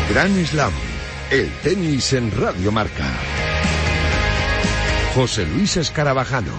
Gran Slam, el tenis en Radio Marca. José Luis Escarabajano.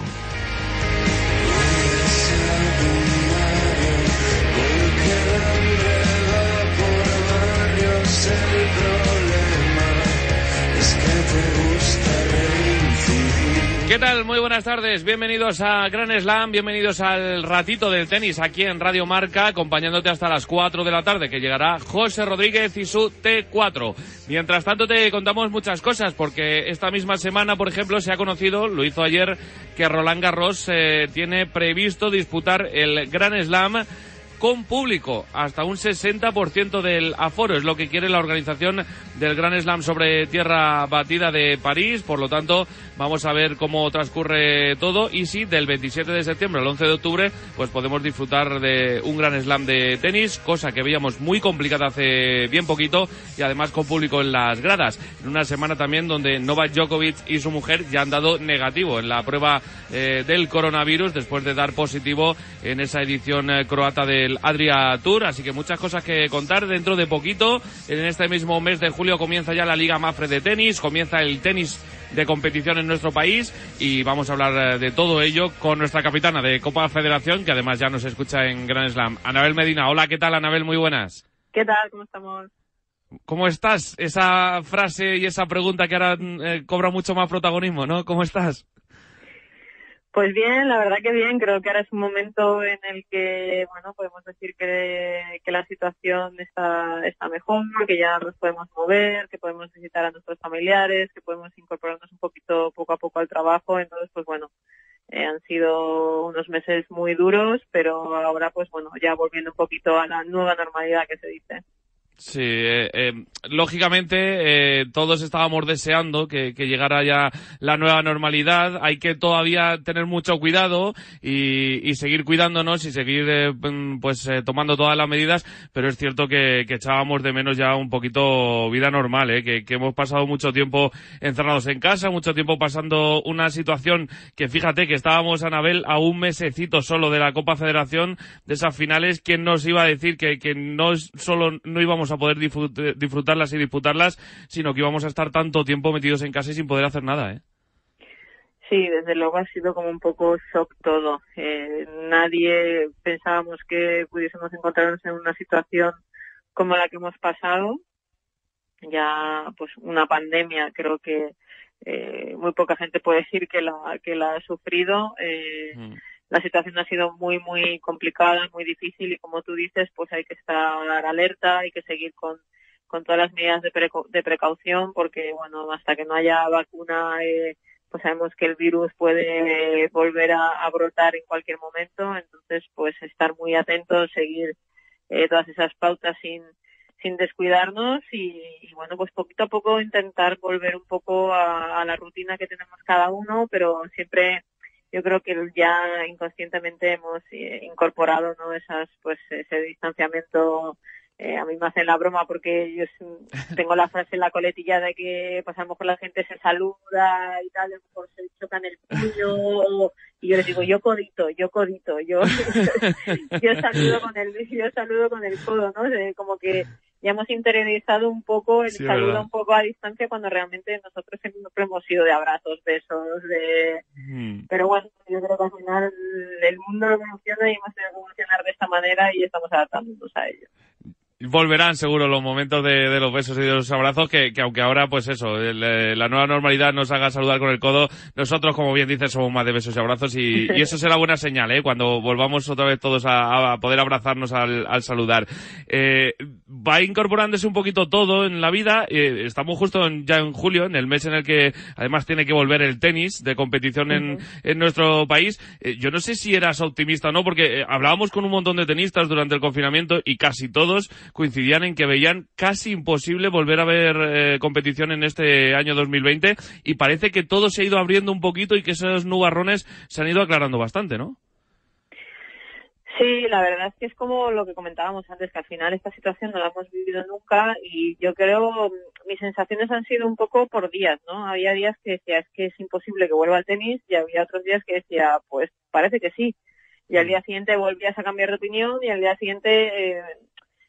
¿Qué tal? Muy buenas tardes, bienvenidos a Gran Slam, bienvenidos al ratito del tenis aquí en Radio Marca, acompañándote hasta las 4 de la tarde, que llegará José Rodríguez y su T4. Mientras tanto te contamos muchas cosas, porque esta misma semana, por ejemplo, se ha conocido, lo hizo ayer, que Roland Garros tiene previsto disputar el Gran Slam con público, hasta un 60% del aforo, es lo que quiere la organización del Gran Slam sobre tierra batida de París. Por lo tanto, vamos a ver cómo transcurre todo y si del 27 de septiembre al 11 de octubre pues podemos disfrutar de un Gran Slam de tenis, cosa que veíamos muy complicada hace bien poquito, y además con público en las gradas, en una semana también donde Novak Djokovic y su mujer ya han dado negativo en la prueba del coronavirus, después de dar positivo en esa edición croata del Adria Tour. Así que muchas cosas que contar dentro de poquito. En este mismo mes de julio comienza ya la Liga Mapfre de tenis, comienza el tenis de competición en nuestro país, y vamos a hablar de todo ello con nuestra capitana de Copa Federación, que además ya nos escucha en Gran Slam, Anabel Medina. Hola, ¿qué tal, Anabel? Muy buenas. ¿Qué tal? ¿Cómo estamos? ¿Cómo estás? Esa frase y esa pregunta que ahora cobra mucho más protagonismo, ¿no? ¿Cómo estás? Pues bien, la verdad que bien. Creo que ahora es un momento en el que, bueno, podemos decir que la situación está mejor, que ya nos podemos mover, que podemos visitar a nuestros familiares, que podemos incorporarnos un poquito poco a poco al trabajo. Entonces, pues bueno, han sido unos meses muy duros, pero ahora, pues bueno, ya volviendo un poquito a la nueva normalidad que se dice. Sí, lógicamente todos estábamos deseando que llegara ya la nueva normalidad. Hay que todavía tener mucho cuidado y seguir cuidándonos y seguir tomando todas las medidas, pero es cierto que echábamos de menos ya un poquito vida normal, que hemos pasado mucho tiempo encerrados en casa, mucho tiempo pasando una situación que, fíjate, que estábamos, Anabel, a un mesecito solo de la Copa Federación, de esas finales. ¿Quién nos iba a decir que no solo no íbamos a poder disfrutarlas y disputarlas, sino que íbamos a estar tanto tiempo metidos en casa y sin poder hacer nada, ¿eh? Sí, desde luego ha sido como un poco shock todo. Nadie pensábamos que pudiésemos encontrarnos en una situación como la que hemos pasado. Ya, pues, una pandemia, creo que muy poca gente puede decir que la ha sufrido. La situación ha sido muy, muy complicada, muy difícil, y como tú dices, pues hay que estar alerta, hay que seguir con todas las medidas de precaución, porque, bueno, hasta que no haya vacuna, pues sabemos que el virus puede volver a brotar en cualquier momento. Entonces, pues estar muy atentos, seguir todas esas pautas sin descuidarnos y bueno, pues poquito a poco intentar volver un poco a la rutina que tenemos cada uno, pero siempre yo creo que ya inconscientemente hemos incorporado, ¿no? Ese distanciamiento. A mí me hacen la broma porque yo tengo la frase en la coletilla de que, pues, a lo mejor la gente se saluda y tal, a lo mejor se chocan el puño, y yo les digo, yo codito, yo saludo con el codo, ¿no? Como que ya hemos interiorizado un poco el saludo, ¿verdad? Un poco a distancia, cuando realmente nosotros siempre hemos sido de abrazos, besos, Pero bueno, yo creo que al final el mundo evoluciona y hemos tenido que evolucionar de esta manera y estamos adaptándonos a ello. Volverán seguro los momentos de los besos y de los abrazos, que aunque ahora, pues eso, la nueva normalidad nos haga saludar con el codo, nosotros, como bien dices, somos más de besos y abrazos, y eso será buena señal, cuando volvamos otra vez todos a poder abrazarnos al saludar. Va incorporándose un poquito todo en la vida. Estamos justo ya en julio, en el mes en el que además tiene que volver el tenis de competición en nuestro país. Yo no sé si eras optimista o no, porque hablábamos con un montón de tenistas durante el confinamiento y casi todos coincidían en que veían casi imposible volver a ver competición en este año 2020, y parece que todo se ha ido abriendo un poquito y que esos nubarrones se han ido aclarando bastante, ¿no? Sí, la verdad es que es como lo que comentábamos antes, que al final esta situación no la hemos vivido nunca, y yo creo, mis sensaciones han sido un poco por días, ¿no? Había días que decía, es que es imposible que vuelva al tenis, y había otros días que decía, pues parece que sí, y al día siguiente volvías a cambiar de opinión, y al día siguiente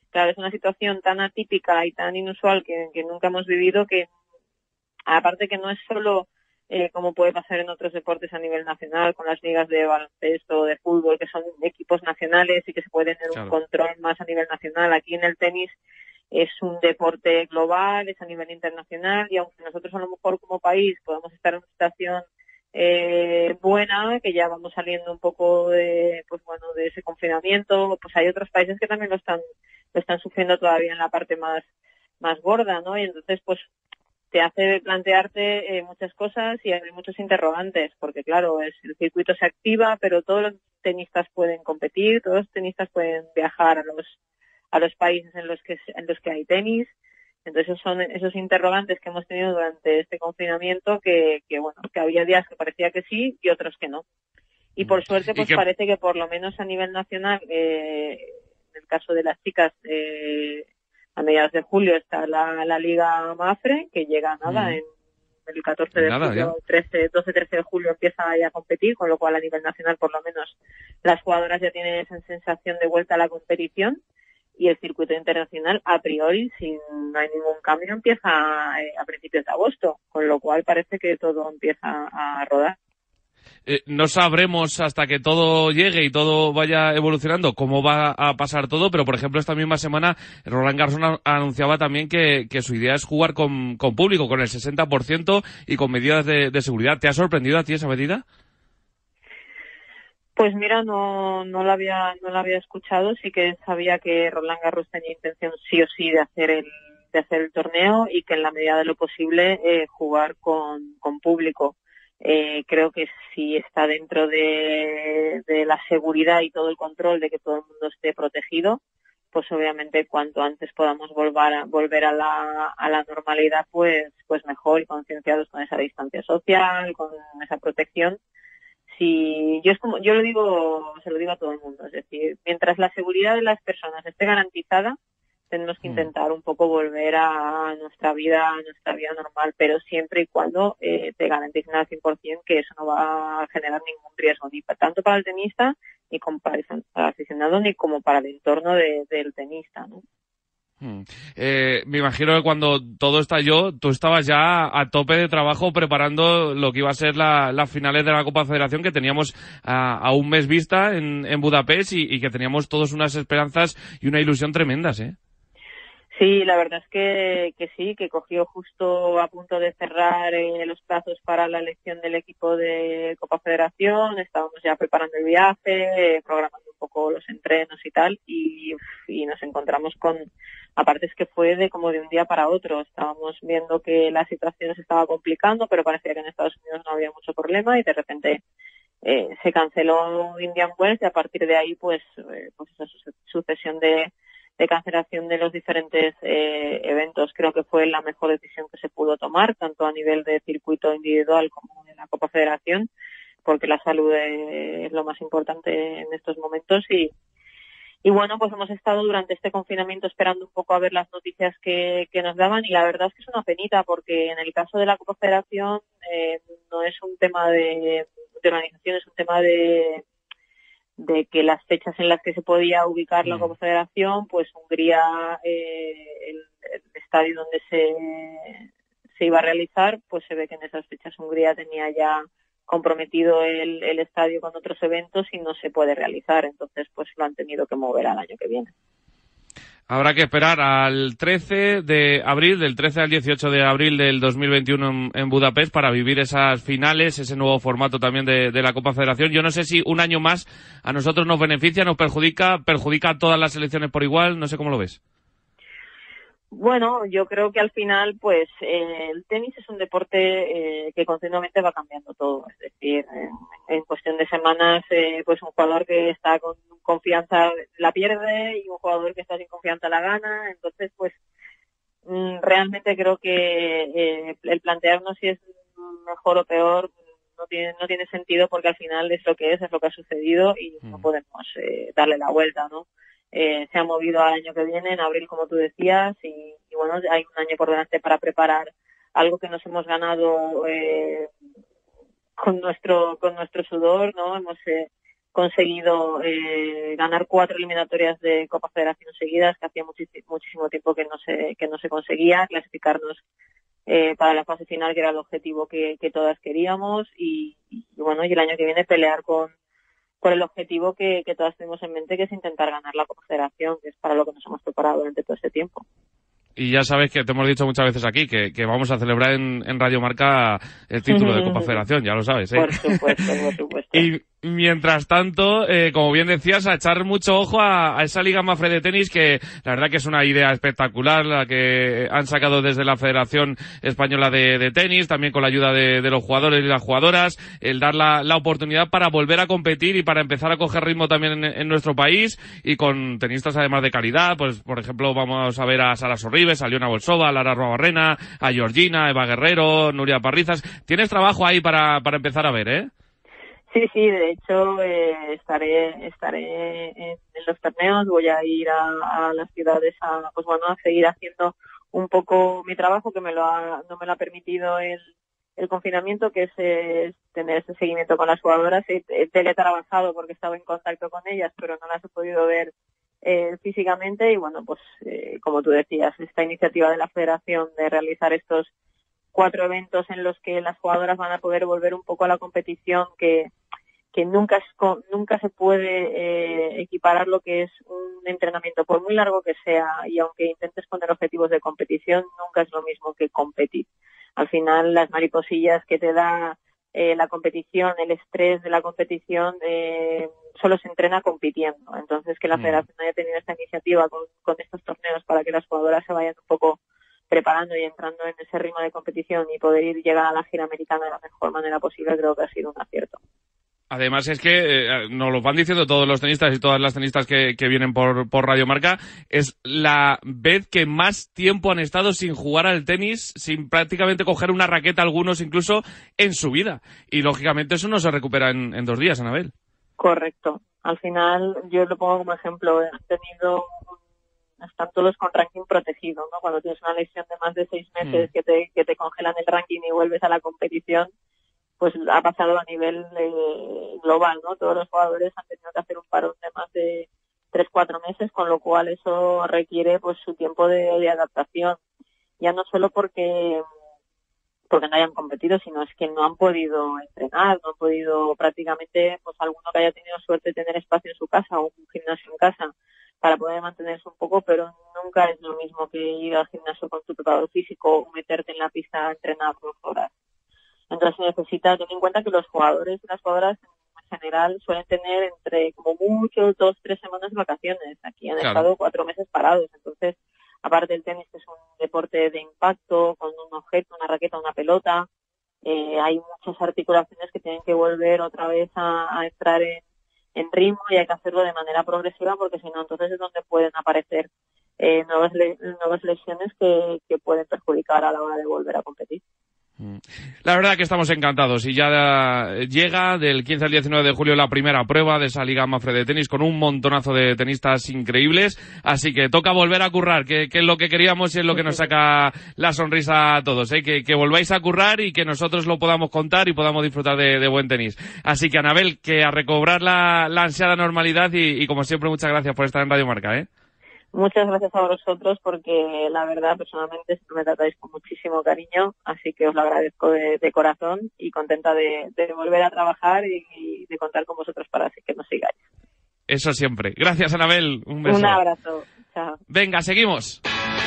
claro, es una situación tan atípica y tan inusual que nunca hemos vivido, que aparte que no es solo como puede pasar en otros deportes a nivel nacional, con las ligas de baloncesto o de fútbol, que son equipos nacionales y que se puede tener un control más a nivel nacional. Aquí en el tenis es un deporte global, es a nivel internacional, y aunque nosotros a lo mejor como país podemos estar en una situación buena, que ya vamos saliendo un poco de, pues bueno, de ese confinamiento, pues hay otros países que también lo están sufriendo todavía en la parte más gorda, ¿no? Y entonces, pues te hace plantearte muchas cosas y hay muchos interrogantes, porque claro, el circuito se activa, pero todos los tenistas pueden competir, todos los tenistas pueden viajar a los países en los que hay tenis. Entonces son esos interrogantes que hemos tenido durante este confinamiento, que bueno, que había días que parecía que sí y otros que no. Y por suerte, pues parece que por lo menos a nivel nacional, en el caso de las chicas, a mediados de julio está la Liga Mafre, que llega en el 14 de julio, 12-13 de julio empieza ya a competir, con lo cual a nivel nacional por lo menos las jugadoras ya tienen esa sensación de vuelta a la competición, y el circuito internacional a priori, si no hay ningún cambio, empieza a principios de agosto, con lo cual parece que todo empieza a rodar. No sabremos hasta que todo llegue y todo vaya evolucionando cómo va a pasar todo, pero por ejemplo esta misma semana Roland Garros anunciaba también que su idea es jugar con público, con el 60% y con medidas de seguridad. ¿Te ha sorprendido a ti esa medida? Pues mira, no la había escuchado. Sí que sabía que Roland Garros tenía intención sí o sí de hacer el torneo, y que en la medida de lo posible jugar con público. Creo que si está dentro de la seguridad y todo el control de que todo el mundo esté protegido, pues obviamente cuanto antes podamos volver a la normalidad, pues mejor, y concienciados con esa distancia social, con esa protección. Si yo lo digo, se lo digo a todo el mundo, es decir, mientras la seguridad de las personas esté garantizada, tenemos que intentar un poco volver a nuestra vida normal, pero siempre y cuando te garanticen al 100% que eso no va a generar ningún riesgo, ni tanto para el tenista, ni como para el aficionado, ni como para el entorno del tenista, ¿no? Me imagino que cuando todo estalló, tú estabas ya a tope de trabajo preparando lo que iba a ser las finales de la Copa Federación, que teníamos a un mes vista en Budapest, y que teníamos todos unas esperanzas y una ilusión tremendas, ¿eh? Sí, la verdad es que sí, que cogió justo a punto de cerrar los plazos para la elección del equipo de Copa Federación. Estábamos ya preparando el viaje, programando un poco los entrenos y tal, y nos encontramos aparte es que fue de un día para otro. Estábamos viendo que la situación se estaba complicando, pero parecía que en Estados Unidos no había mucho problema, y de repente se canceló Indian Wells, y a partir de ahí pues esa sucesión de cancelación de los diferentes eventos. Creo que fue la mejor decisión que se pudo tomar, tanto a nivel de circuito individual como de la Copa Federación, porque la salud es lo más importante en estos momentos. Y bueno, pues hemos estado durante este confinamiento esperando un poco a ver las noticias que nos daban, y la verdad es que es una penita, porque en el caso de la Copa Federación no es un tema de organización, es un tema de que las fechas en las que se podía ubicar la Copa Federación, pues Hungría, el estadio donde se iba a realizar, pues se ve que en esas fechas Hungría tenía ya comprometido el estadio con otros eventos y no se puede realizar. Entonces, pues lo han tenido que mover al año que viene. Habrá que esperar al 13 de abril, del 13 al 18 de abril del 2021 en Budapest, para vivir esas finales, ese nuevo formato también de la Copa Federación. Yo no sé si un año más a nosotros nos beneficia, nos perjudica a todas las selecciones por igual. No sé cómo lo ves. Bueno, yo creo que al final, pues, el tenis es un deporte que continuamente va cambiando todo. Es decir, en cuestión de semanas, pues un jugador que está con confianza la pierde, y un jugador que está sin confianza la gana. Entonces, pues, realmente creo que el plantearnos si es mejor o peor no tiene sentido, porque al final es lo que es lo que ha sucedido, y no podemos darle la vuelta, ¿no? Se ha movido al año que viene, en abril, como tú decías, y bueno, hay un año por delante para preparar algo que nos hemos ganado con nuestro sudor, ¿no? Hemos conseguido ganar 4 eliminatorias de Copa Federación seguidas, que hacía muchísimo tiempo que no se conseguía, clasificarnos para la fase final, que era el objetivo que todas queríamos, y bueno, y el año que viene pelear por el objetivo que todas tenemos en mente, que es intentar ganar la Copa Federación, que es para lo que nos hemos preparado durante todo este tiempo. Y ya sabes que te hemos dicho muchas veces aquí que vamos a celebrar en Radio Marca el título de Copa Federación, ya lo sabes, ¿eh? Por supuesto. Y mientras tanto, como bien decías, a echar mucho ojo a esa Liga Mafre de tenis, que la verdad que es una idea espectacular, la que han sacado desde la Federación Española de Tenis, también con la ayuda de los jugadores y las jugadoras, el dar la oportunidad para volver a competir y para empezar a coger ritmo también en nuestro país, y con tenistas además de calidad, pues por ejemplo vamos a ver a Sara Sorribes, a Liona Bolsova, a Lara Arruabarrena, a Georgina, a Eva Guerrero, Nuria Parrizas. Tienes trabajo ahí para empezar a ver, ¿eh? Sí, de hecho estaré en los torneos, voy a ir a las ciudades a seguir haciendo un poco mi trabajo, que no me lo ha permitido el confinamiento, que es tener ese seguimiento con las jugadoras. He teletrabajado porque estaba en contacto con ellas, pero no las he podido ver físicamente, y bueno, pues como tú decías, esta iniciativa de la Federación de realizar estos 4 eventos en los que las jugadoras van a poder volver un poco a la competición, que nunca se puede equiparar lo que es un entrenamiento, por muy largo que sea, y aunque intentes poner objetivos de competición, nunca es lo mismo que competir. Al final, las mariposillas que te da la competición, el estrés de la competición, solo se entrena compitiendo. Entonces, que la Federación haya tenido esta iniciativa con estos torneos para que las jugadoras se vayan un poco preparando y entrando en ese ritmo de competición y poder llegar a la gira americana de la mejor manera posible, creo que ha sido un acierto. Además es que nos lo van diciendo todos los tenistas y todas las tenistas que vienen por Radio Marca, es la vez que más tiempo han estado sin jugar al tenis, sin prácticamente coger una raqueta, algunos incluso, en su vida. Y lógicamente eso no se recupera en 2 días, Anabel. Correcto. Al final, yo lo pongo como ejemplo, están todos con ranking protegido, ¿no? Cuando tienes una lesión de más de 6 meses que te congelan el ranking y vuelves a la competición, pues ha pasado a nivel global, ¿no? Todos los jugadores han tenido que hacer un parón de más de 3-4 meses, con lo cual eso requiere pues su tiempo de adaptación. Ya no solo porque no hayan competido, sino es que no han podido entrenar, no han podido prácticamente, pues alguno que haya tenido suerte de tener espacio en su casa o un gimnasio en casa para poder mantenerse un poco, pero nunca es lo mismo que ir al gimnasio con tu preparador físico o meterte en la pista a entrenar 2 horas. Entonces se necesita tener en cuenta que los jugadores y las jugadoras en general suelen tener entre como mucho 2-3 semanas de vacaciones. Aquí han estado 4 meses parados. Entonces, aparte del tenis, que es un deporte de impacto, con un objeto, una raqueta, una pelota, hay muchas articulaciones que tienen que volver otra vez a entrar en ritmo, y hay que hacerlo de manera progresiva, porque si no, entonces es donde pueden aparecer nuevas lesiones que pueden perjudicar a la hora de volver a competir. La verdad que estamos encantados, y ya llega del 15 al 19 de julio la primera prueba de esa Liga Mafre de tenis, con un montonazo de tenistas increíbles, así que toca volver a currar, que es lo que queríamos y es lo que nos saca la sonrisa a todos, que volváis a currar y que nosotros lo podamos contar y podamos disfrutar de buen tenis. Así que, Anabel, que a recobrar la ansiada normalidad, y como siempre, muchas gracias por estar en Radio Marca, Muchas gracias a vosotros, porque la verdad, personalmente, siempre me tratáis con muchísimo cariño, así que os lo agradezco de corazón, y contenta de volver a trabajar y de contar con vosotros para que nos sigáis. Eso siempre. Gracias, Anabel. Un beso. Un abrazo. Chao. Venga, seguimos.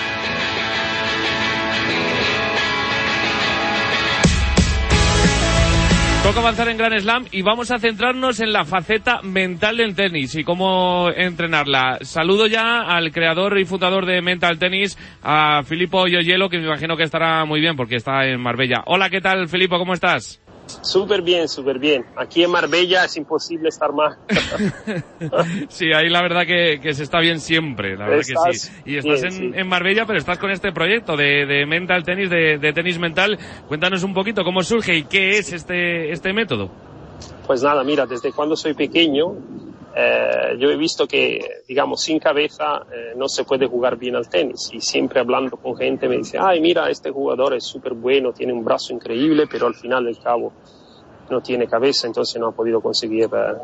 Toca avanzar en Grand Slam y vamos a centrarnos en la faceta mental del tenis y cómo entrenarla. Saludo ya al creador y fundador de Mental Tennis, a Filippo Gioiello, que me imagino que estará muy bien porque está en Marbella. Hola, ¿qué tal, Filippo? ¿Cómo estás? Súper bien, súper bien. Aquí en Marbella es imposible estar más. Sí, ahí la verdad que se está bien siempre, la verdad que sí. Y estás en Marbella, pero estás con este proyecto de Mental Tennis, de tenis mental. Cuéntanos un poquito cómo surge y qué es este método. Pues nada, mira, desde cuando soy pequeño, yo he visto que, digamos, sin cabeza no se puede jugar bien al tenis, y siempre hablando con gente me dice, ay, mira, este jugador es súper bueno, tiene un brazo increíble, pero al final del cabo no tiene cabeza, entonces no ha podido conseguir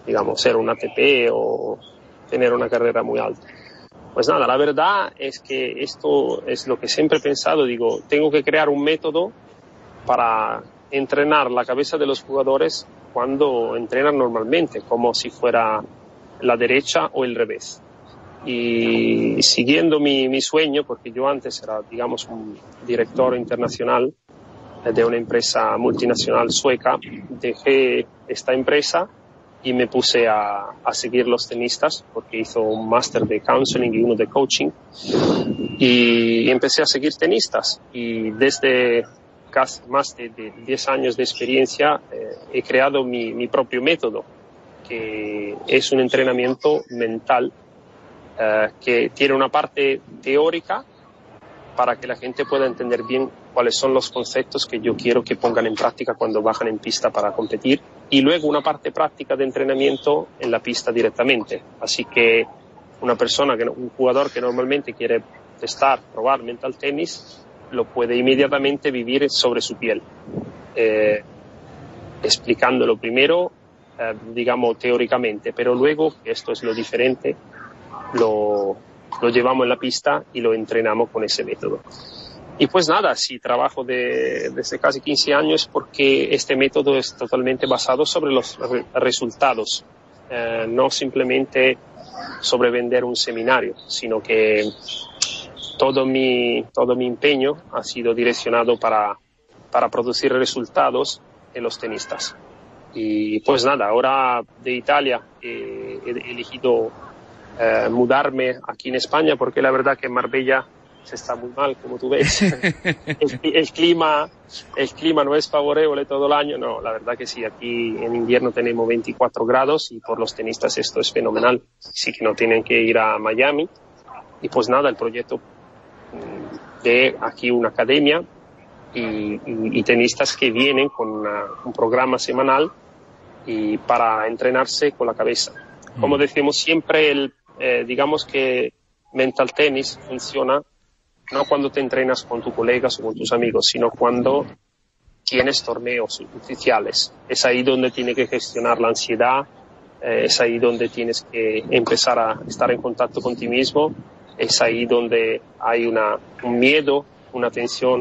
digamos, ser un ATP o tener una carrera muy alta. Pues nada, la verdad es que esto es lo que siempre he pensado, digo, tengo que crear un método para entrenar la cabeza de los jugadores cuando entrenan normalmente, como si fuera la derecha o el revés. Y siguiendo mi sueño, porque yo antes era, digamos, un director internacional de una empresa multinacional sueca, dejé esta empresa y me puse a seguir los tenistas, porque hizo un máster de counseling y uno de coaching, y empecé a seguir tenistas, y desde casi más de 10 años de experiencia he creado mi propio método, que es un entrenamiento mental que tiene una parte teórica para que la gente pueda entender bien cuáles son los conceptos que yo quiero que pongan en práctica cuando bajan en pista para competir, y luego una parte práctica de entrenamiento en la pista directamente. Así que un jugador que normalmente quiere probar mental tenis, lo puede inmediatamente vivir sobre su piel, explicándolo primero, digamos, teóricamente, pero luego, esto es lo diferente, lo llevamos en la pista y lo entrenamos con ese método. Y pues nada, sí, trabajo desde casi 15 años porque este método es totalmente basado sobre los resultados, no simplemente sobre vender un seminario, sino que todo mi empeño ha sido direccionado para producir resultados en los tenistas. Y pues nada, ahora de Italia he elegido mudarme aquí en España, porque la verdad que en Marbella se está muy mal, como tú ves. el clima no es favorable todo el año. No, la verdad que sí, aquí en invierno tenemos 24 grados y por los tenistas esto es fenomenal. Sí que no tienen que ir a Miami. Y pues nada, el proyecto de aquí una academia y tenistas que vienen con un programa semanal y para entrenarse con la cabeza. Como decimos siempre, digamos que mental tenis funciona no cuando te entrenas con tus colegas o con tus amigos, sino cuando tienes torneos oficiales. Es ahí donde tienes que gestionar la ansiedad, es ahí donde tienes que empezar a estar en contacto con ti mismo, es ahí donde hay un miedo, una tensión.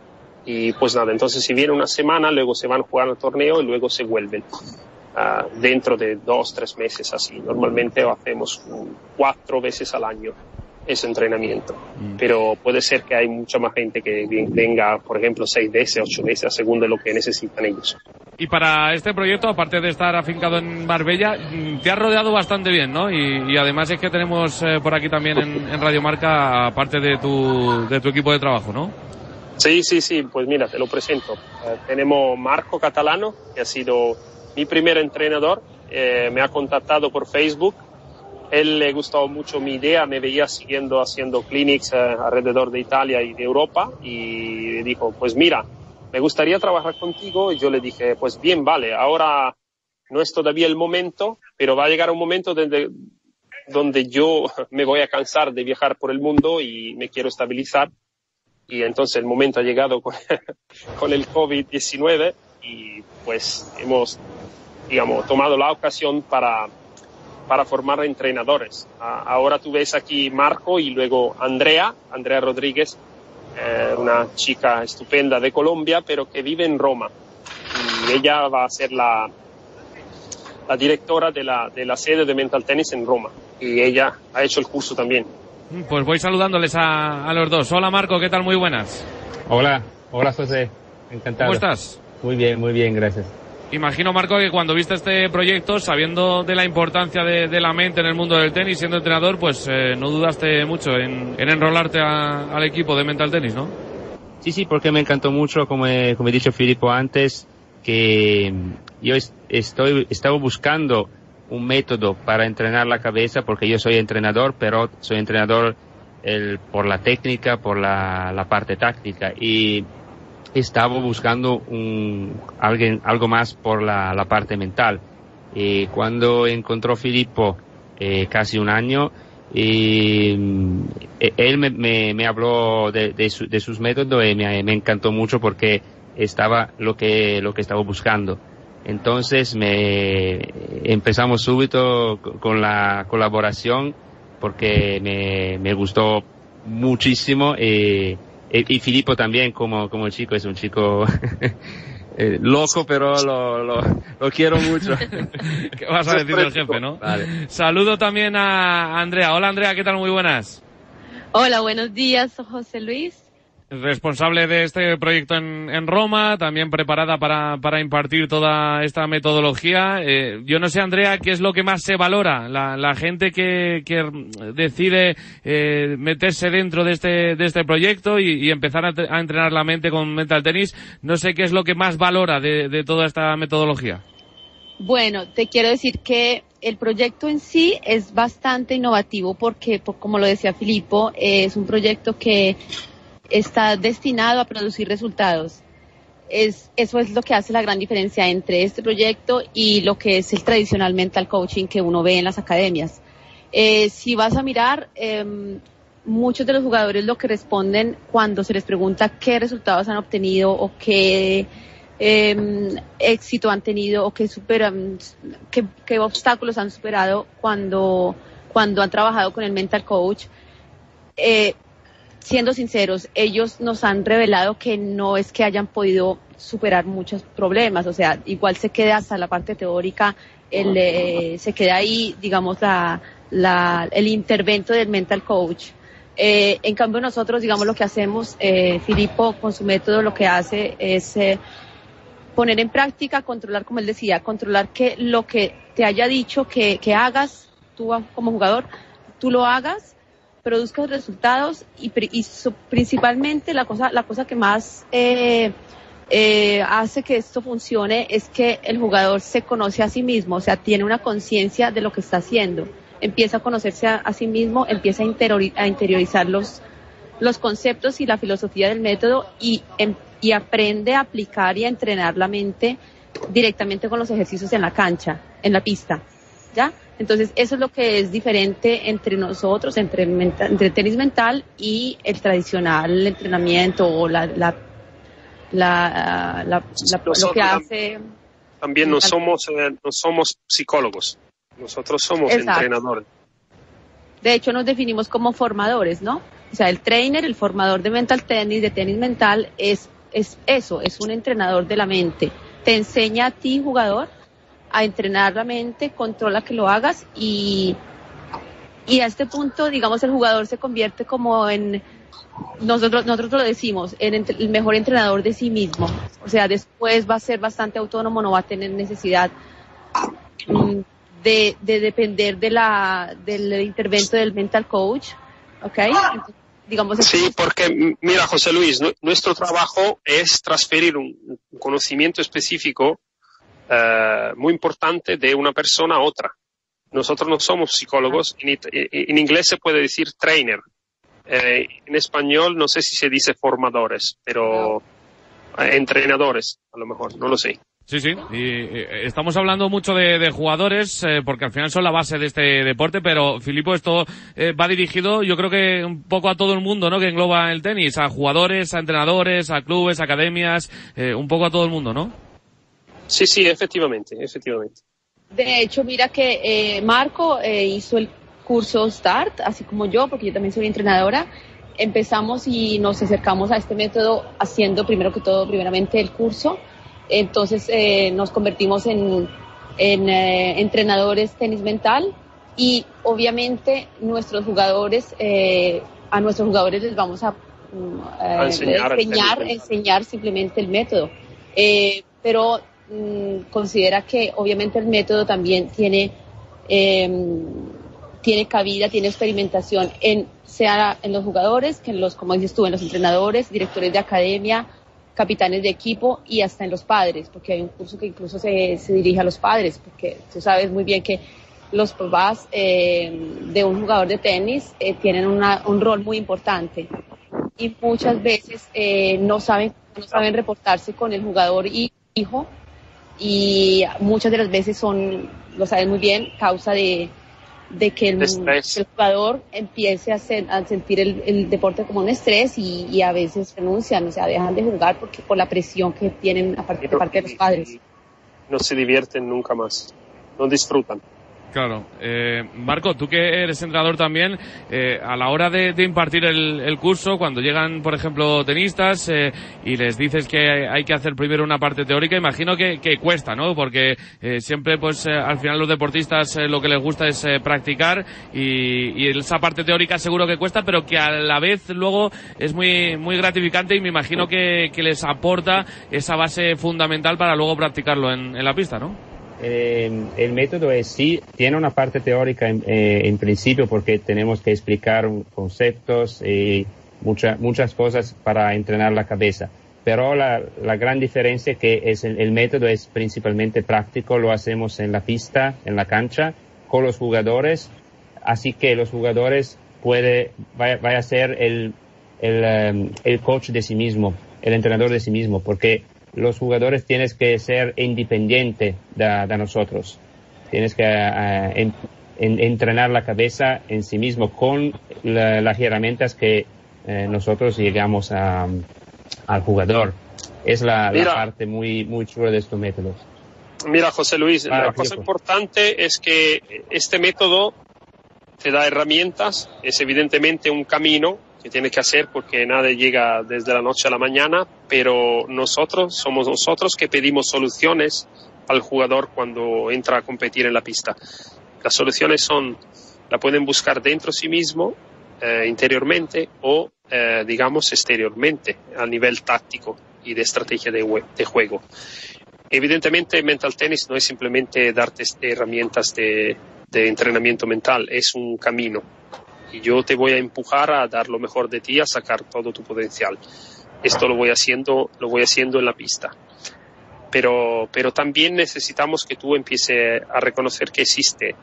Y pues nada, entonces si viene una semana, luego se van a jugar al torneo y luego se vuelven. Dentro de 2-3 meses así. Normalmente lo hacemos 4 veces al año ese entrenamiento. Pero puede ser que hay mucha más gente que venga, por ejemplo, 6 veces, 8 veces, según de lo que necesitan ellos. Y para este proyecto, aparte de estar afincado en Marbella, te has rodeado bastante bien, ¿no? Y además es que tenemos por aquí también en Radio Marca, aparte de tu equipo de trabajo, ¿no? Sí, pues mira, te lo presento. Tenemos Marco Catalano, que ha sido mi primer entrenador, me ha contactado por Facebook. Él le gustó mucho mi idea, me veía haciendo clinics alrededor de Italia y de Europa, y dijo, pues mira, me gustaría trabajar contigo. Y yo le dije, pues bien, vale, ahora no es todavía el momento, pero va a llegar un momento donde yo me voy a cansar de viajar por el mundo y me quiero estabilizar. Y entonces el momento ha llegado con el COVID-19 y pues hemos, digamos, tomado la ocasión para formar entrenadores. Ahora tú ves aquí Marco y luego Andrea Rodríguez, una chica estupenda de Colombia, pero que vive en Roma. Y ella va a ser la directora de la sede de Mental Tennis en Roma. Y ella ha hecho el curso también. Pues voy saludándoles a los dos. Hola Marco, ¿qué tal? Muy buenas. Hola José, encantado. ¿Cómo estás? Muy bien, gracias. Imagino, Marco, que cuando viste este proyecto, sabiendo de la importancia de la mente en el mundo del tenis, siendo entrenador, pues no dudaste mucho en enrolarte al equipo de Mental Tennis, ¿no? Sí, porque me encantó mucho, como he dicho Filippo antes, que yo estaba buscando un método para entrenar la cabeza, porque yo soy entrenador, pero soy entrenador por la técnica, por la parte táctica, y estaba buscando algo más por la parte mental. Y cuando encontró Filippo, casi un año, él me habló de sus métodos y me encantó mucho porque estaba lo que estaba buscando. Entonces empezamos súbito con la colaboración porque me gustó muchísimo, y Filippo también como chico, es un chico loco, pero lo quiero mucho. ¿Qué vas a decir del jefe, no? Vale. Saludo también a Andrea. Hola Andrea, ¿qué tal? Muy buenas. Hola, buenos días, José Luis. Responsable de este proyecto en Roma, también preparada para impartir toda esta metodología. Yo no sé, Andrea, ¿qué es lo que más se valora? La gente que decide meterse dentro de este proyecto y empezar a entrenar la mente con Mental Tennis, no sé qué es lo que más valora de toda esta metodología. Bueno, te quiero decir que el proyecto en sí es bastante innovativo porque, como lo decía Filippo, es un proyecto que está destinado a producir resultados. Eso es lo que hace la gran diferencia entre este proyecto y lo que es el tradicional mental coaching que uno ve en las academias. Si vas a mirar, muchos de los jugadores lo que responden cuando se les pregunta qué resultados han obtenido o qué éxito han tenido o qué obstáculos han superado cuando han trabajado con el mental coach, siendo sinceros, ellos nos han revelado que no es que hayan podido superar muchos problemas, o sea, igual se queda hasta la parte teórica, se queda ahí, digamos, el intervento del mental coach. En cambio nosotros, digamos, lo que hacemos, Filippo con su método lo que hace es poner en práctica, controlar, como él decía, controlar que lo que te haya dicho que hagas, tú como jugador, tú lo hagas, produzcas resultados y principalmente la cosa que más hace que esto funcione es que el jugador se conoce a sí mismo, o sea, tiene una conciencia de lo que está haciendo, empieza a conocerse a sí mismo, empieza a interiorizar los conceptos y la filosofía del método y aprende a aplicar y a entrenar la mente directamente con los ejercicios en la cancha, en la pista, ¿ya? Entonces, eso es lo que es diferente entre nosotros, entre tenis mental y el tradicional entrenamiento o lo que hace. También no somos psicólogos, nosotros somos entrenadores. De hecho, nos definimos como formadores, ¿no? O sea, el trainer, el formador de mental tennis, de tenis mental, es eso, es un entrenador de la mente. Te enseña a ti, jugador, a entrenar la mente, controla que lo hagas y a este punto, digamos, el jugador se convierte como en, nosotros lo decimos, en el mejor entrenador de sí mismo. O sea, después va a ser bastante autónomo, no va a tener necesidad de depender del intervento del mental coach, ¿ok? Entonces, digamos, sí, porque mira, José Luis, nuestro trabajo es transferir un conocimiento específico muy importante de una persona a otra. Nosotros no somos psicólogos, en inglés se puede decir trainer, en español no sé si se dice formadores, pero entrenadores, a lo mejor, no lo sé. Sí, y estamos hablando mucho de jugadores, porque al final son la base de este deporte, pero Filippo, esto va dirigido, yo creo que un poco a todo el mundo, ¿no?, que engloba el tenis, a jugadores, a entrenadores, a clubes, a academias, un poco a todo el mundo, ¿no? Sí, efectivamente. De hecho, mira que Marco hizo el curso START, así como yo, porque yo también soy entrenadora. Empezamos y nos acercamos a este método haciendo primeramente el curso. Entonces nos convertimos en entrenadores tenis mental y obviamente a nuestros jugadores les vamos a enseñar simplemente el método. Pero considera que obviamente el método también tiene cabida, tiene experimentación sea en los jugadores, que como dices tú, en los entrenadores, directores de academia, capitanes de equipo y hasta en los padres, porque hay un curso que incluso se dirige a los padres, porque tú sabes muy bien que los papás de un jugador de tenis tienen un rol muy importante y muchas veces no saben reportarse con el jugador y hijo, y muchas de las veces lo saben muy bien, causa de que el jugador empiece a sentir el deporte como un estrés y a veces renuncian, o sea, dejan de jugar por la presión que tienen de parte de los padres. no se divierten nunca más, no disfrutan. Claro. Marco, tú que eres entrenador también, a la hora de impartir el curso, cuando llegan, por ejemplo, tenistas y les dices que hay que hacer primero una parte teórica, imagino que cuesta, ¿no? Porque siempre, pues, al final los deportistas lo que les gusta es practicar y esa parte teórica seguro que cuesta, pero que a la vez luego es muy, muy gratificante y me imagino que les aporta esa base fundamental para luego practicarlo en la pista, ¿no? El método sí tiene una parte teórica en principio, porque tenemos que explicar conceptos y muchas cosas para entrenar la cabeza. Pero la gran diferencia que es el método es principalmente práctico, lo hacemos en la pista, en la cancha, con los jugadores, así que los jugadores vaya a ser el coach de sí mismo, el entrenador de sí mismo, porque los jugadores tienes que ser independiente de nosotros. Tienes que entrenar la cabeza en sí mismo con las herramientas que nosotros llegamos al jugador. Es la parte muy, muy chula de estos métodos. Mira, José Luis, la cosa importante es que este método te da herramientas, es evidentemente un camino que tienes que hacer porque nada llega desde la noche a la mañana, pero somos nosotros que pedimos soluciones al jugador cuando entra a competir en la pista. Las soluciones la pueden buscar dentro de sí mismo, interiormente o, digamos, exteriormente, a nivel táctico y de estrategia de juego. Evidentemente, Mental Tennis no es simplemente darte herramientas de entrenamiento mental, es un camino. Y yo te voy a empujar a dar lo mejor de ti, a sacar todo tu potencial. Esto lo voy haciendo en la pista. Pero también necesitamos que tú empieces a reconocer que existe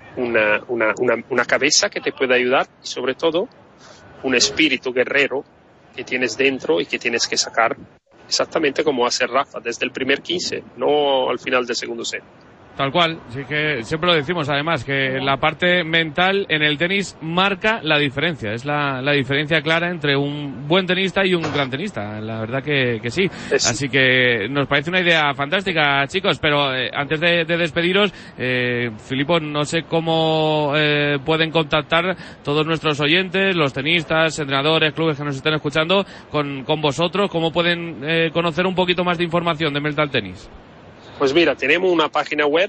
una cabeza que te puede ayudar y sobre todo un espíritu guerrero que tienes dentro y que tienes que sacar exactamente como hace Rafa, desde el primer 15, no al final del segundo set. Tal cual, sí que siempre lo decimos además, que la parte mental en el tenis marca la diferencia, es la diferencia clara entre un buen tenista y un gran tenista, la verdad que sí. Así que nos parece una idea fantástica, chicos, pero antes de despediros, Filippo, no sé cómo pueden contactar todos nuestros oyentes, los tenistas, entrenadores, clubes que nos estén escuchando con vosotros, cómo pueden conocer un poquito más de información de Mental Tennis. Pues mira, tenemos una página web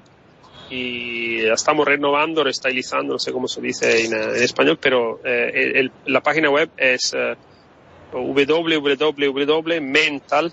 y la estamos renovando, restilizando, no sé cómo se dice en español, pero la página web es www.mental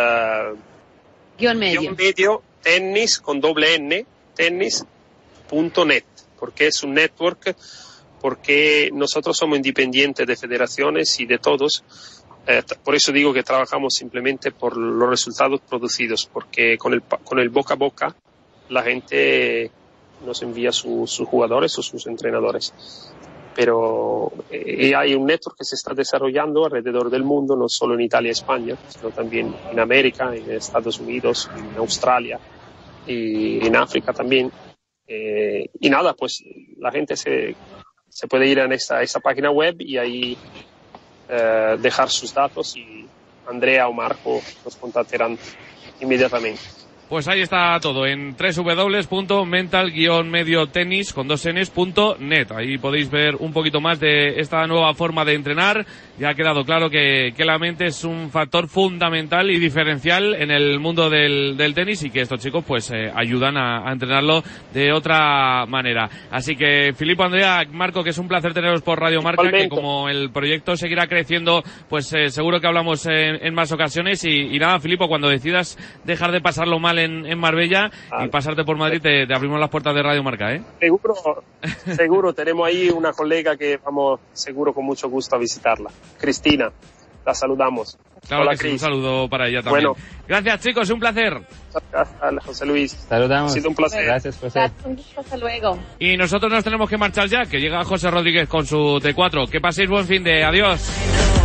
tennis con doble N, tennis.net, porque es un network, porque nosotros somos independientes de federaciones y de todos. Por eso digo que trabajamos simplemente por los resultados producidos, porque con el boca a boca la gente nos envía sus jugadores o sus entrenadores. Pero hay un network que se está desarrollando alrededor del mundo, no solo en Italia y España, sino también en América, en Estados Unidos, en Australia y en África también. Y nada, pues la gente se puede ir a esa página web y ahí dejar sus datos y Andrea o Marco nos contactarán inmediatamente. Pues ahí está todo, en www.mental-mediotennis con 2ns.net. Ahí podéis ver un poquito más de esta nueva forma de entrenar. Ya ha quedado claro que la mente es un factor fundamental y diferencial en el mundo del tenis y que estos chicos pues ayudan a entrenarlo de otra manera. Así que Filippo, Andrea, Marco, que es un placer teneros por Radio Marca, que como el proyecto seguirá creciendo, pues seguro que hablamos en más ocasiones y nada, Filippo, cuando decidas dejar de pasarlo mal en Marbella y pasarte por Madrid, te abrimos las puertas de Radio Marca, ¿eh? Seguro, tenemos ahí una colega que vamos seguro con mucho gusto a visitarla, Cristina, la saludamos. Claro. Hola, que sí, un saludo para ella también. Bueno, gracias chicos, un placer. Gracias, José Luis. Saludamos. Ha sido un placer. Gracias, José. Hasta luego. Y nosotros nos tenemos que marchar ya, que llega José Rodríguez con su T4. Que paséis buen fin de. Adiós.